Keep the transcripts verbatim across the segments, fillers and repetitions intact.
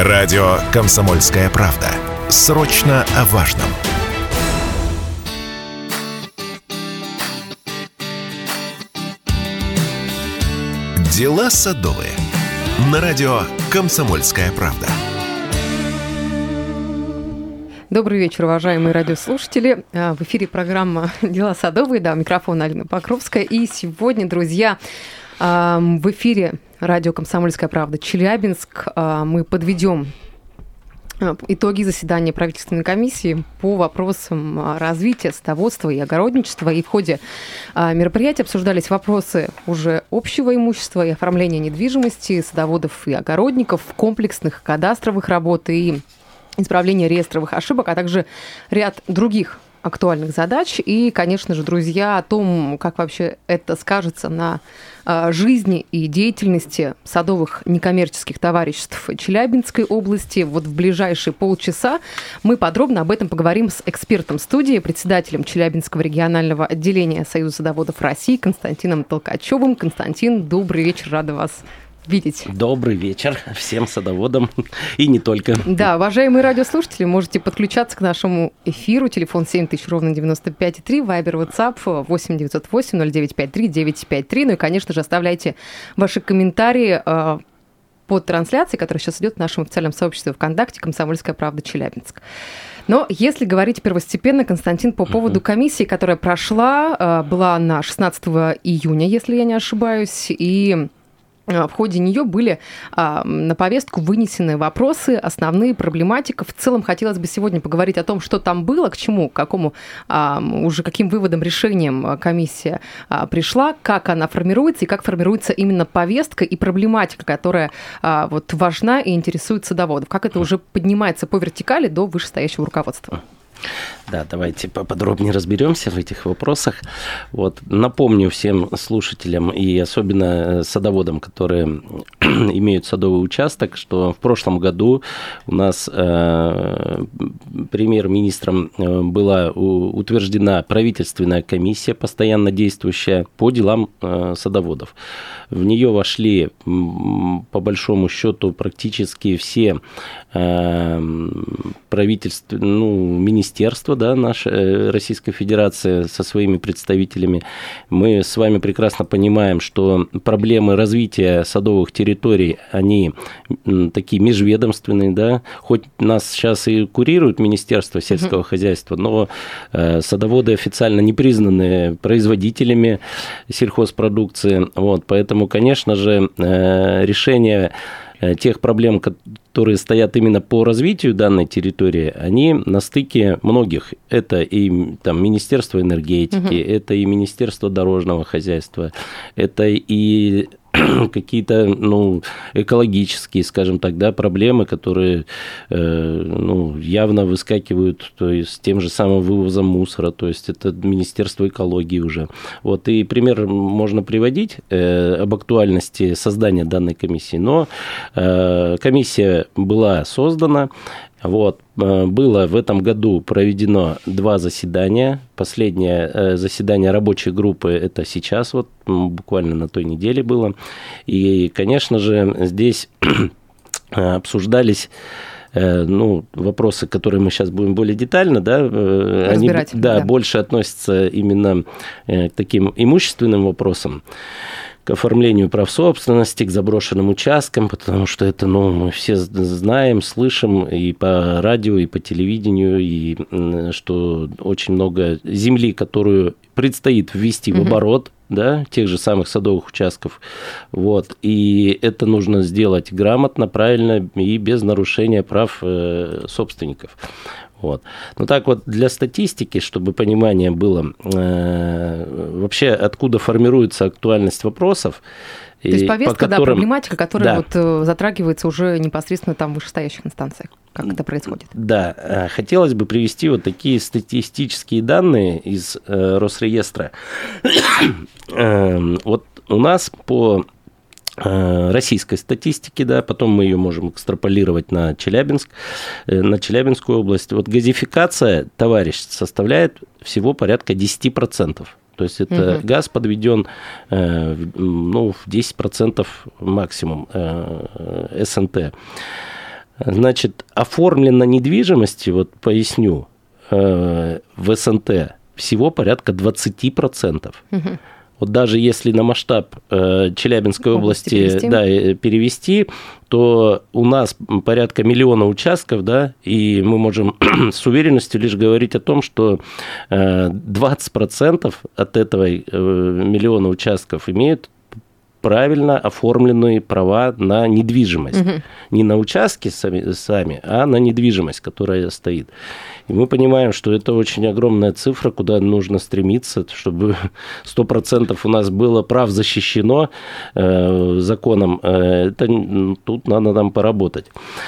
Радио «Комсомольская правда». Срочно о важном. Дела садовые. На радио «Комсомольская правда». Добрый вечер, уважаемые радиослушатели. В эфире программа «Дела садовые». Да, микрофон Алина Покровская. И сегодня, друзья, в эфире радио «Комсомольская правда» Челябинск. Мы подведем итоги заседания правительственной комиссии по вопросам развития садоводства и огородничества. И в ходе мероприятия обсуждались вопросы уже общего имущества и оформления недвижимости садоводов и огородников, комплексных кадастровых работ и исправления реестровых ошибок, а также ряд других актуальных задач. И, конечно же, друзья, о том, как вообще это скажется на э, жизни и деятельности садовых некоммерческих товариществ Челябинской области. Вот в ближайшие полчаса мы подробно об этом поговорим с экспертом студии, председателем Челябинского регионального отделения Союза садоводов России Константином Толкачевым. Константин, добрый вечер, рада вас видеть. Добрый вечер всем садоводам и не только. Да, уважаемые радиослушатели, можете подключаться к нашему эфиру. Телефон семь тысяч ровно девяносто пять и три, Вайбер, Ватсап восемь девятьсот восемь ноль девять пять три девять пять три. Ну и, конечно же, оставляйте ваши комментарии э, под трансляцией, которая сейчас идет в нашем официальном сообществе ВКонтакте «Комсомольская правда Челябинск». Но если говорить первостепенно, Константин, по поводу uh-huh. комиссии, которая прошла, была на шестнадцатого июня, если я не ошибаюсь, и в ходе нее были а, на повестку вынесены вопросы, основные, проблематика. В целом хотелось бы сегодня поговорить о том, что там было, к чему, к какому, а, уже каким выводом, решением комиссия а, пришла, как она формируется и как формируется именно повестка и проблематика, которая а, вот, важна и интересует садоводов. Как это уже поднимается по вертикали до вышестоящего руководства. Да, давайте поподробнее разберемся в этих вопросах. Вот, напомню всем слушателям и особенно садоводам, которые имеют садовый участок, что в прошлом году у нас э, премьер-министром была утверждена правительственная комиссия, постоянно действующая по делам э, садоводов. В нее вошли, по большому счету, практически все э, правительства, ну, министерства, да, наша Российской Федерации со своими представителями. Мы с вами прекрасно понимаем, что проблемы развития садовых территорий, они такие межведомственные, да, хоть нас сейчас и курирует Министерство сельского mm-hmm. хозяйства, но э, садоводы официально не признаны производителями сельхозпродукции, вот, поэтому, конечно же, э, решение тех проблем, которые стоят именно по развитию данной территории, они на стыке многих. Это и там, Министерство энергетики, угу. это и Министерство дорожного хозяйства, это и какие-то, ну, экологические, скажем так, да, проблемы, которые э, ну, явно выскакивают, то есть с тем же самым вывозом мусора, то есть это Министерство экологии уже. Вот, и пример можно приводить э, об актуальности создания данной комиссии, но э, комиссия была создана. Вот. Было в этом году проведено два заседания. Последнее заседание рабочей группы это сейчас, вот буквально на той неделе было. И, конечно же, здесь обсуждались ну, вопросы, которые мы сейчас будем более детально, да, они да, да. больше относятся именно к таким имущественным вопросам, к оформлению прав собственности, к заброшенным участкам, потому что это, ну, мы все знаем, слышим и по радио, и по телевидению, и что очень много земли, которую предстоит ввести в оборот, да, тех же самых садовых участков. Вот. И это нужно сделать грамотно, правильно и без нарушения прав э, собственников. Вот. Ну так вот, для статистики, чтобы понимание было, э, вообще откуда формируется актуальность вопросов. То есть повестка, по которым... да, проблематика, которая да. вот затрагивается уже непосредственно там в вышестоящих инстанциях. Как это происходит? Да, хотелось бы привести вот такие статистические данные из э, Росреестра. Вот у нас по российской статистики, да, потом мы ее можем экстраполировать на Челябинск, на Челябинскую область. Вот газификация товариществ составляет всего порядка десять процентов. То есть это угу. газ подведен ну, в десять процентов максимум СНТ. Значит, оформлена недвижимость, вот поясню, в СНТ всего порядка двадцать процентов. Угу. Вот даже если на масштаб Челябинской области, области перевести. Да, перевести, то у нас порядка миллиона участков, да, и мы можем с уверенностью лишь говорить о том, что двадцать процентов от этого миллиона участков имеют правильно оформленные права на недвижимость. Угу. Не на участки сами, сами, а на недвижимость, которая стоит. И мы понимаем, что это очень огромная цифра, куда нужно стремиться, чтобы сто процентов у нас было прав защищено э, законом. Это, тут надо нам поработать.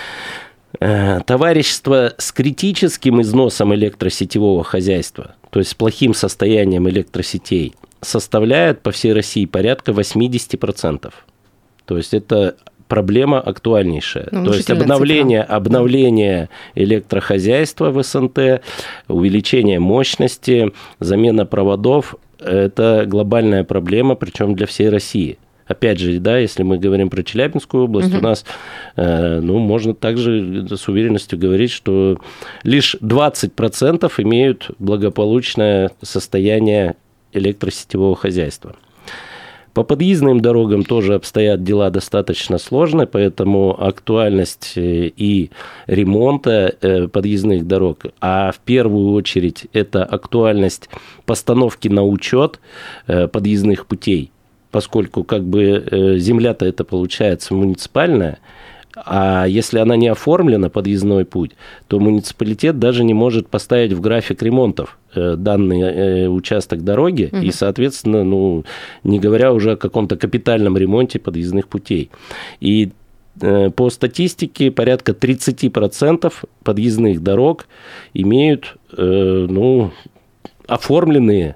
Товарищество с критическим износом электросетевого хозяйства, то есть с плохим состоянием электросетей, составляет по всей России порядка восемьдесят процентов. То есть это проблема актуальнейшая. Ну, то есть обновление, обновление электрохозяйства в СНТ, увеличение мощности, замена проводов – это глобальная проблема, причем для всей России. Опять же, да, если мы говорим про Челябинскую область, угу. у нас, э, ну, можно также с уверенностью говорить, что лишь двадцать процентов имеют благополучное состояние электросетевого хозяйства. По подъездным дорогам тоже обстоят дела достаточно сложно, поэтому актуальность и ремонта подъездных дорог, а в первую очередь это актуальность постановки на учет подъездных путей, поскольку как бы земля-то это получается муниципальная, а если она не оформлена, подъездной путь, то муниципалитет даже не может поставить в график ремонтов данный участок дороги, угу. и, соответственно, ну, не говоря уже о каком-то капитальном ремонте подъездных путей. И по статистике порядка тридцать процентов подъездных дорог имеют ну, оформленные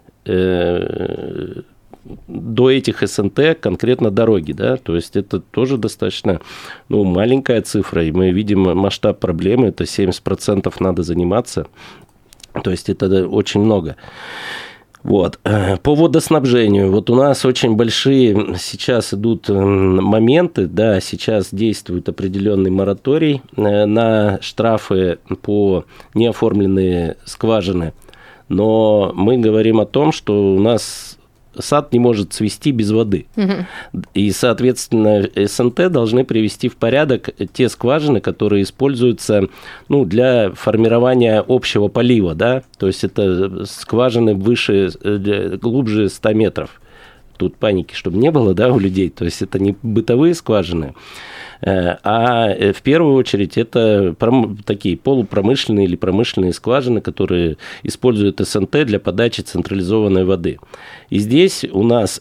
до этих СНТ конкретно дороги, да, то есть это тоже достаточно, ну, маленькая цифра, и мы видим масштаб проблемы, это семьдесят процентов надо заниматься, то есть это очень много. Вот. По водоснабжению, вот у нас очень большие сейчас идут моменты, да, сейчас действует определенный мораторий на штрафы по неоформленные скважины, но мы говорим о том, что у нас сад не может цвести без воды. Угу. И, соответственно, СНТ должны привести в порядок те скважины, которые используются, ну, для формирования общего полива, да, то есть это скважины выше, глубже ста метров. Тут паники, чтобы не было, да, у людей, то есть это не бытовые скважины, а в первую очередь это такие полупромышленные или промышленные скважины, которые используют СНТ для подачи централизованной воды. И здесь у нас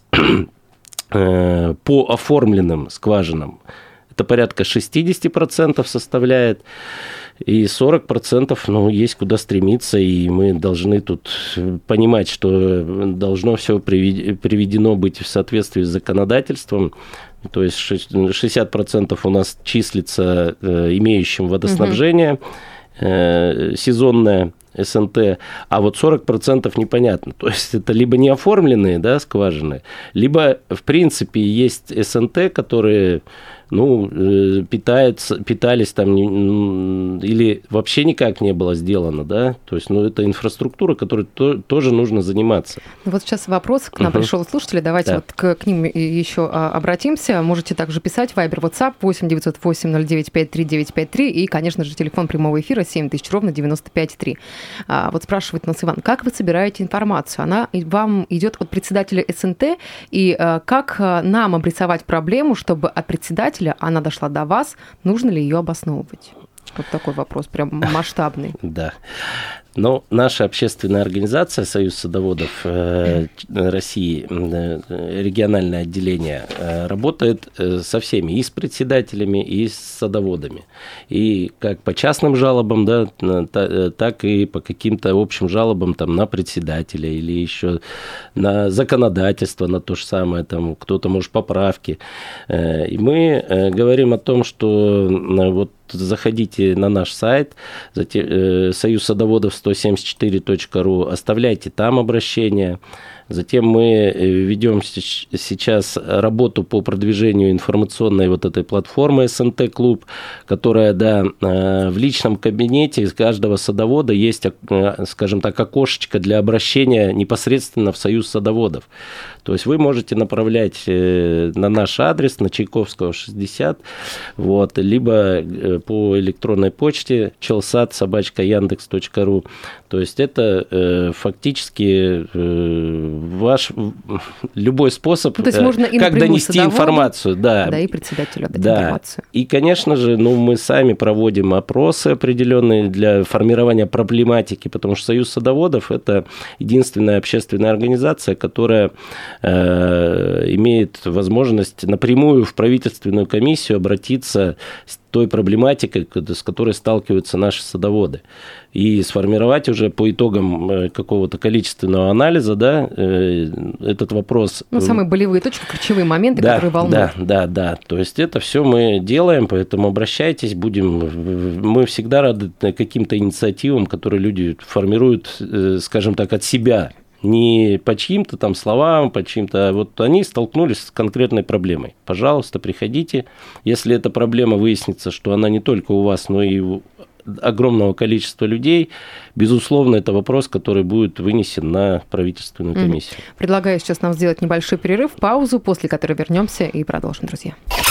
по оформленным скважинам это порядка шестьдесят процентов составляет, и сорок процентов, ну, есть куда стремиться, и мы должны тут понимать, что должно все приведено быть в соответствии с законодательством. То есть шестьдесят процентов у нас числится имеющим водоснабжение, угу. сезонное СНТ, а вот сорок процентов непонятно. То есть это либо неоформленные, да, скважины, либо, в принципе, есть СНТ, которые, ну, питаются, питались там или вообще никак не было сделано, да, то есть, ну, это инфраструктура, которой то, тоже нужно заниматься. Вот сейчас вопрос к нам угу. пришел от слушателей, давайте да. вот к, к ним еще обратимся. Можете также писать Viber, WhatsApp восемь девятьсот восемь ноль девять пять три девять пять три и, конечно же, телефон прямого эфира семь тысяч ровно девяносто пять три. А, вот спрашивает нас Иван, как вы собираете информацию? Она вам идет от председателя СНТ, и а, как нам обрисовать проблему, чтобы от председателя она дошла до вас, нужно ли ее обосновывать? Вот такой вопрос, прям масштабный. Да. Но наша общественная организация «Союз садоводов России», региональное отделение, работает со всеми, и с председателями, и с садоводами. И как по частным жалобам, да, так и по каким-то общим жалобам там, на председателя или еще на законодательство, на то же самое, там кто-то, может, поправки. И мы говорим о том, что вот заходите на наш сайт союз садоводов сто семьдесят четыре точка ру, оставляйте там обращения, Затем мы ведем сейчас работу по продвижению информационной вот этой платформы эс эн тэ-клуб, которая, да, в личном кабинете каждого садовода есть, скажем так, окошечко для обращения непосредственно в Союз садоводов. То есть вы можете направлять на наш адрес, на Чайковского шестьдесят, вот, либо по электронной почте челсад собака яндекс точка ру. То есть это э, фактически э, ваш любой способ, ну, то есть можно э, как донести информацию. Да, да, и председателю отдать да. информацию. И, конечно же, ну, мы сами проводим опросы определенные для формирования проблематики, потому что Союз садоводов – это единственная общественная организация, которая э, имеет возможность напрямую в правительственную комиссию обратиться с той проблематикой, с которой сталкиваются наши садоводы, и сформировать уже по итогам какого-то количественного анализа, да, этот вопрос. Ну, самые болевые точки, ключевые моменты, да, которые волнуют. Да, да, да. То есть это все мы делаем, поэтому обращайтесь, будем. Мы всегда рады каким-то инициативам, которые люди формируют, скажем так, от себя. Не по чьим-то там словам, по чьим-то, а вот они столкнулись с конкретной проблемой. Пожалуйста, приходите. Если эта проблема выяснится, что она не только у вас, но и у огромного количества людей, безусловно, это вопрос, который будет вынесен на правительственную комиссию. Предлагаю сейчас нам сделать небольшой перерыв, паузу, после которой вернемся и продолжим, друзья.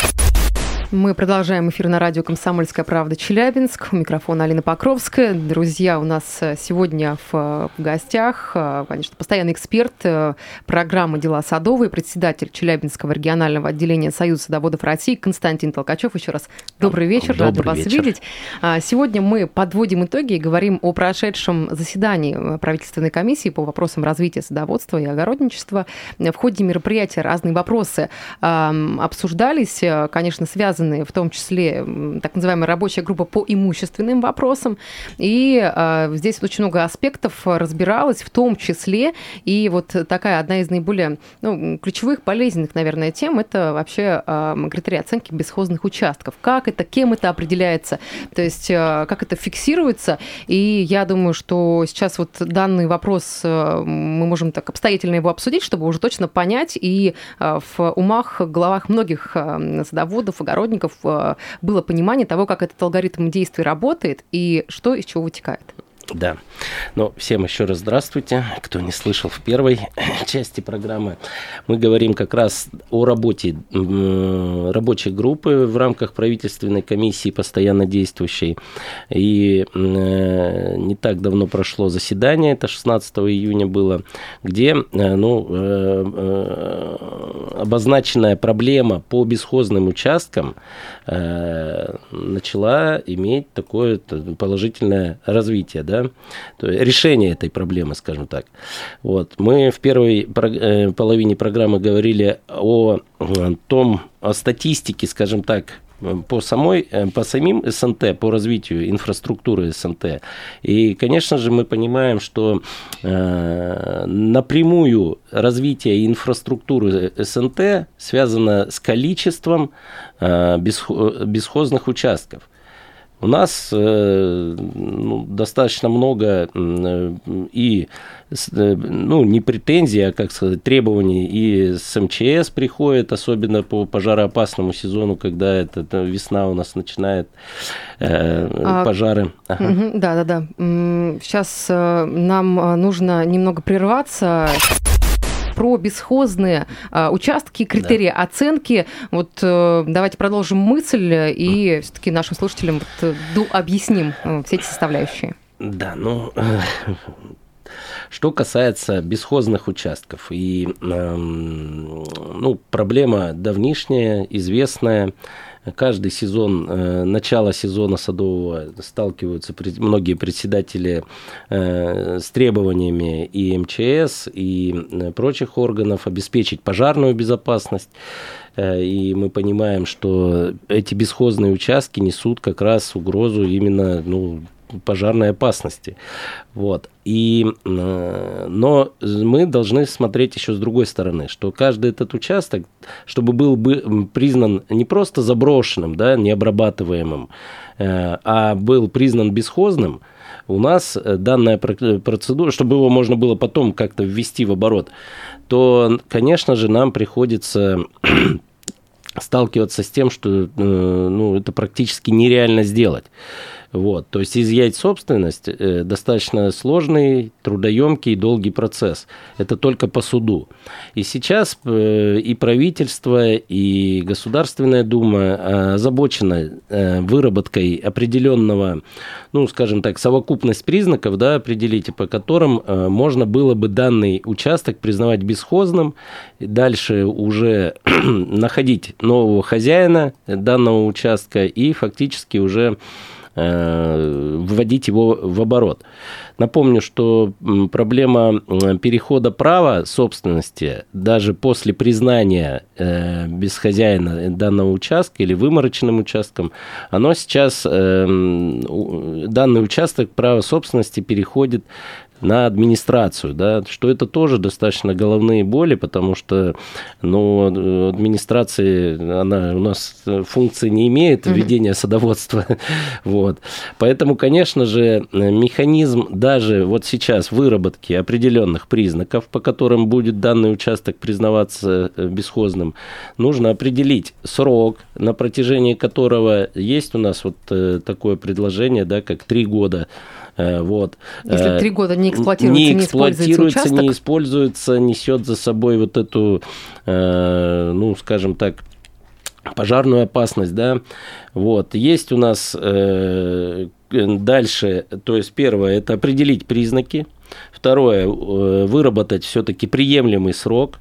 Мы продолжаем эфир на радио «Комсомольская правда» Челябинск. У микрофона Алина Покровская. Друзья, у нас сегодня в гостях, конечно, постоянный эксперт программы «Дела садовые», председатель Челябинского регионального отделения Союза садоводов России Константин Толкачев. Еще раз добрый вечер, добрый рада вас вечер. видеть. Сегодня мы подводим итоги и говорим о прошедшем заседании правительственной комиссии по вопросам развития садоводства и огородничества. В ходе мероприятия разные вопросы обсуждались, конечно, связанные в том числе так называемая рабочая группа по имущественным вопросам. И э, здесь очень много аспектов разбиралось, в том числе и вот такая одна из наиболее ну, ключевых, болезненных, наверное, тем – это вообще э, критерии оценки бесхозных участков. Как это, кем это определяется, то есть э, как это фиксируется. И я думаю, что сейчас вот данный вопрос, э, мы можем так обстоятельно его обсудить, чтобы уже точно понять и э, в умах, головах многих э, садоводов, огородников было понимание того, как этот алгоритм действий работает и что из чего вытекает. Да. Ну, всем еще раз здравствуйте. Кто не слышал в первой части программы, мы говорим как раз о работе рабочей группы в рамках правительственной комиссии, постоянно действующей. И не так давно прошло заседание, это шестнадцатого июня было, где ну, обозначенная проблема по бесхозным участкам начала иметь такое положительное развитие, да? То есть решение этой проблемы, скажем так. Вот. Мы в первой половине программы говорили о том, о статистике, скажем так, по, самой, по самим эс эн тэ, по развитию инфраструктуры эс эн тэ. И, конечно же, мы понимаем, что э, напрямую развитие инфраструктуры эс эн тэ связано с количеством э, бесхозных участков. У нас э, ну, достаточно много э, и э, ну, не претензий, а, как сказать, требований и с эм че эс приходит, особенно по пожароопасному сезону, когда это, это весна у нас начинает э, а, пожары. Ага. Угу, да, да, да. Сейчас э, нам нужно немного прерваться. Про бесхозные а, участки, критерии да. оценки. Вот э, давайте продолжим мысль и все-таки нашим слушателям вот, ду, объясним э, все эти составляющие. Да, ну, э, что касается бесхозных участков, и э, ну, проблема давнишняя, известная. Каждый сезон, начало сезона садового сталкиваются многие председатели с требованиями и эм че эс, и прочих органов обеспечить пожарную безопасность. И мы понимаем, что эти бесхозные участки несут как раз угрозу именно ну, пожарной опасности. Вот. И, но мы должны смотреть еще с другой стороны, что каждый этот участок, чтобы был бы признан не просто заброшенным, да, необрабатываемым, а был признан бесхозным, у нас данная процедура, чтобы его можно было потом как-то ввести в оборот, то, конечно же, нам приходится сталкиваться с тем, что ну, это практически нереально сделать. Вот. То есть изъять собственность э, достаточно сложный, трудоемкий и долгий процесс. Это только по суду. И сейчас э, и правительство, и Государственная Дума озабочены э, выработкой определенного, ну, скажем так, совокупность признаков, да, определите, по которым э, можно было бы данный участок признавать бесхозным, и дальше уже находить нового хозяина данного участка и фактически уже вводить его в оборот. Напомню, что проблема перехода права собственности даже после признания без хозяина данного участка или вымороченным участком, оно сейчас, данный участок права собственности переходит на администрацию, да, что это тоже достаточно головные боли, потому что, ну, администрация, она у нас функции не имеет ведения садоводства, вот. Поэтому, конечно же, механизм даже вот сейчас выработки определенных признаков, по которым будет данный участок признаваться бесхозным, нужно определить срок, на протяжении которого есть у нас вот такое предложение, да, как три года. Вот. Если три года не эксплуатируется, не, не эксплуатируется, используется, не используется, несет за собой вот эту, ну, скажем так, пожарную опасность, да. Вот. Есть у нас дальше, то есть первое, это определить признаки. Второе, выработать все-таки приемлемый срок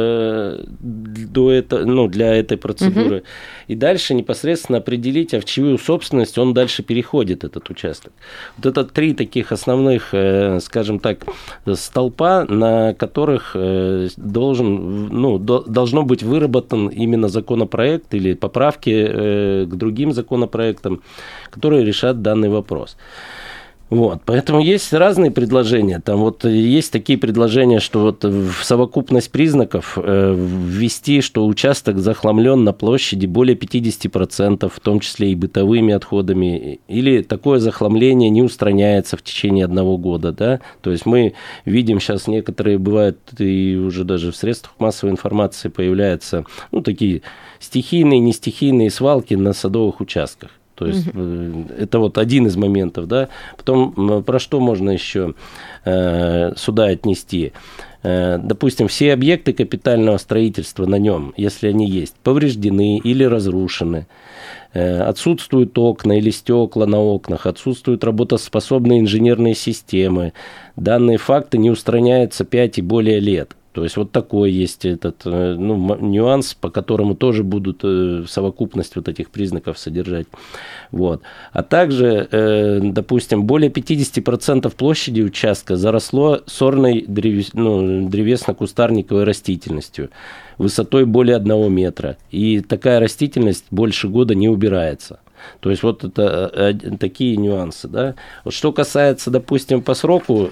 до этого, ну, для этой процедуры. Угу. И дальше непосредственно определить, а в чью собственность он дальше переходит, этот участок. Вот это три таких основных, скажем так, столпа, на которых должен, ну, должно быть выработан именно законопроект или поправки к другим законопроектам, которые решат данный вопрос. Вот, поэтому есть разные предложения. Там вот есть такие предложения, что вот в совокупность признаков э, ввести, что участок захламлен на площади более пятьдесят процентов, в том числе и бытовыми отходами, или такое захламление не устраняется в течение одного года, да. То есть мы видим сейчас некоторые бывают и уже даже в средствах массовой информации появляются, ну, такие стихийные, не стихийные свалки на садовых участках. То есть mm-hmm. это вот один из моментов, да. Потом про что можно еще э, сюда отнести? Э, допустим, все объекты капитального строительства на нем, если они есть, повреждены или разрушены, э, отсутствуют окна или стекла на окнах, отсутствуют работоспособные инженерные системы. Данные факты не устраняются пять и более лет. То есть вот такой есть этот, ну, нюанс, по которому тоже будут совокупность вот этих признаков содержать. Вот. А также, допустим, более пятьдесят процентов площади участка заросло сорной древес, ну, древесно-кустарниковой растительностью высотой более одного метра. И такая растительность больше года не убирается. То есть вот это такие нюансы. Да? Вот что касается, допустим, по сроку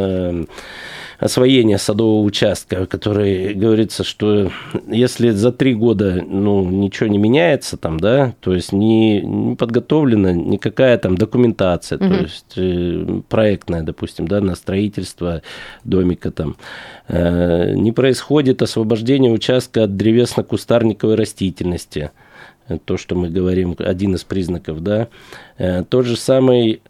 освоения садового участка, который говорится, что если за три года, ну, ничего не меняется, там, да, то есть не, не подготовлена никакая там документация, угу. то есть э, проектная, допустим, да, на строительство домика там, э, не происходит освобождение участка от древесно-кустарниковой растительности. То, что мы говорим, один из признаков, да. Э, тот же самый,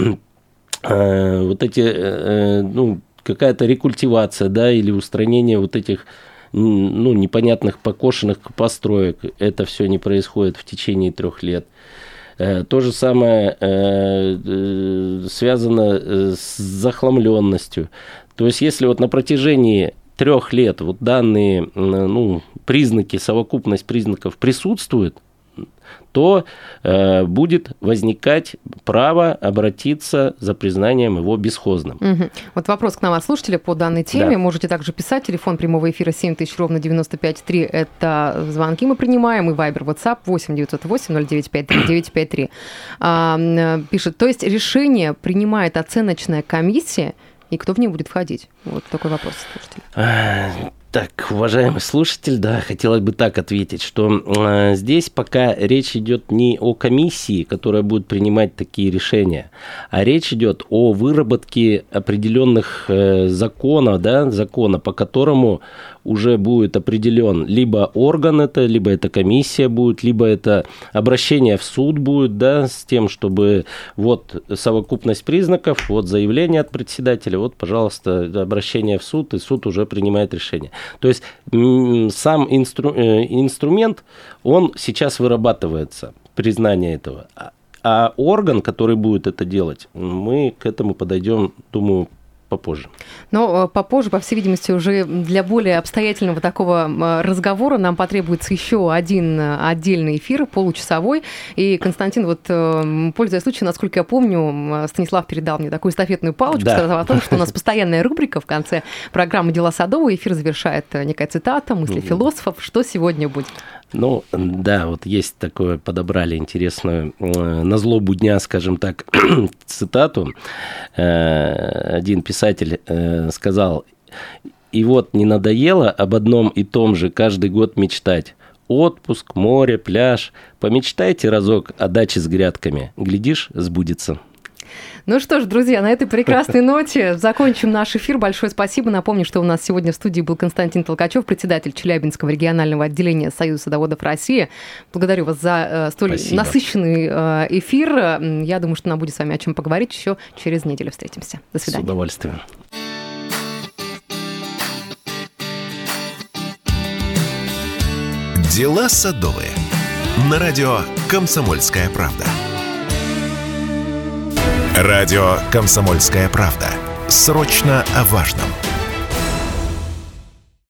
э, вот эти, э, ну, какая-то рекультивация, да, или устранение вот этих, ну, непонятных покошенных построек, это все не происходит в течение трех лет. То же самое связано с захламленностью. То есть, если вот на протяжении трех лет вот данные, ну, признаки, совокупность признаков присутствует, то э, будет возникать право обратиться за признанием его бесхозным. Угу. Вот вопрос к нам от слушателя по данной теме. Да. Можете также писать. Телефон прямого эфира семь тысяч ровно девяносто пять три. Это звонки мы принимаем. И Вайбер, WhatsApp восемь девятьсот восемь ноль девять пять три девять пять три. А, пишет, то есть решение принимает оценочная комиссия, и кто в нее будет входить? Вот такой вопрос слушателя. Так, уважаемый слушатель, да, хотелось бы так ответить, что э, здесь пока речь идет не о комиссии, которая будет принимать такие решения, а речь идет о выработке определенных э, законов, да, закона, по которому уже будет определен либо орган это, либо это комиссия будет, либо это обращение в суд будет, да, с тем, чтобы вот совокупность признаков, вот заявление от председателя, вот, пожалуйста, обращение в суд, и суд уже принимает решение. То есть сам инстру, инструмент, он сейчас вырабатывается, признание этого. А орган, который будет это делать, мы к этому подойдем, думаю, попозже. Но попозже, по всей видимости, уже для более обстоятельного такого разговора нам потребуется еще один отдельный эфир, получасовой. И, Константин, вот, пользуясь случаем, насколько я помню, Станислав передал мне такую эстафетную палочку, да. сказал о том, что у нас постоянная рубрика в конце программы «Дела садовые». Эфир завершает некая цитата, мысли философов. Что сегодня будет? Ну, да, вот есть такое, подобрали интересную, на злобу дня, скажем так, цитату. Один писатель сказал: «И вот не надоело об одном и том же каждый год мечтать. Отпуск, море, пляж. Помечтайте разок о даче с грядками. Глядишь, сбудется». Ну что ж, друзья, на этой прекрасной ноте закончим наш эфир. Большое спасибо. Напомню, что у нас сегодня в студии был Константин Толкачев, председатель Челябинского регионального отделения Союза садоводов России. Благодарю вас за столь спасибо. Насыщенный эфир. Я думаю, что нам будет с вами о чем поговорить. Еще через неделю встретимся. До свидания. С удовольствием. Дела садовые. На радио «Комсомольская правда». Радио «Комсомольская правда». Срочно о важном.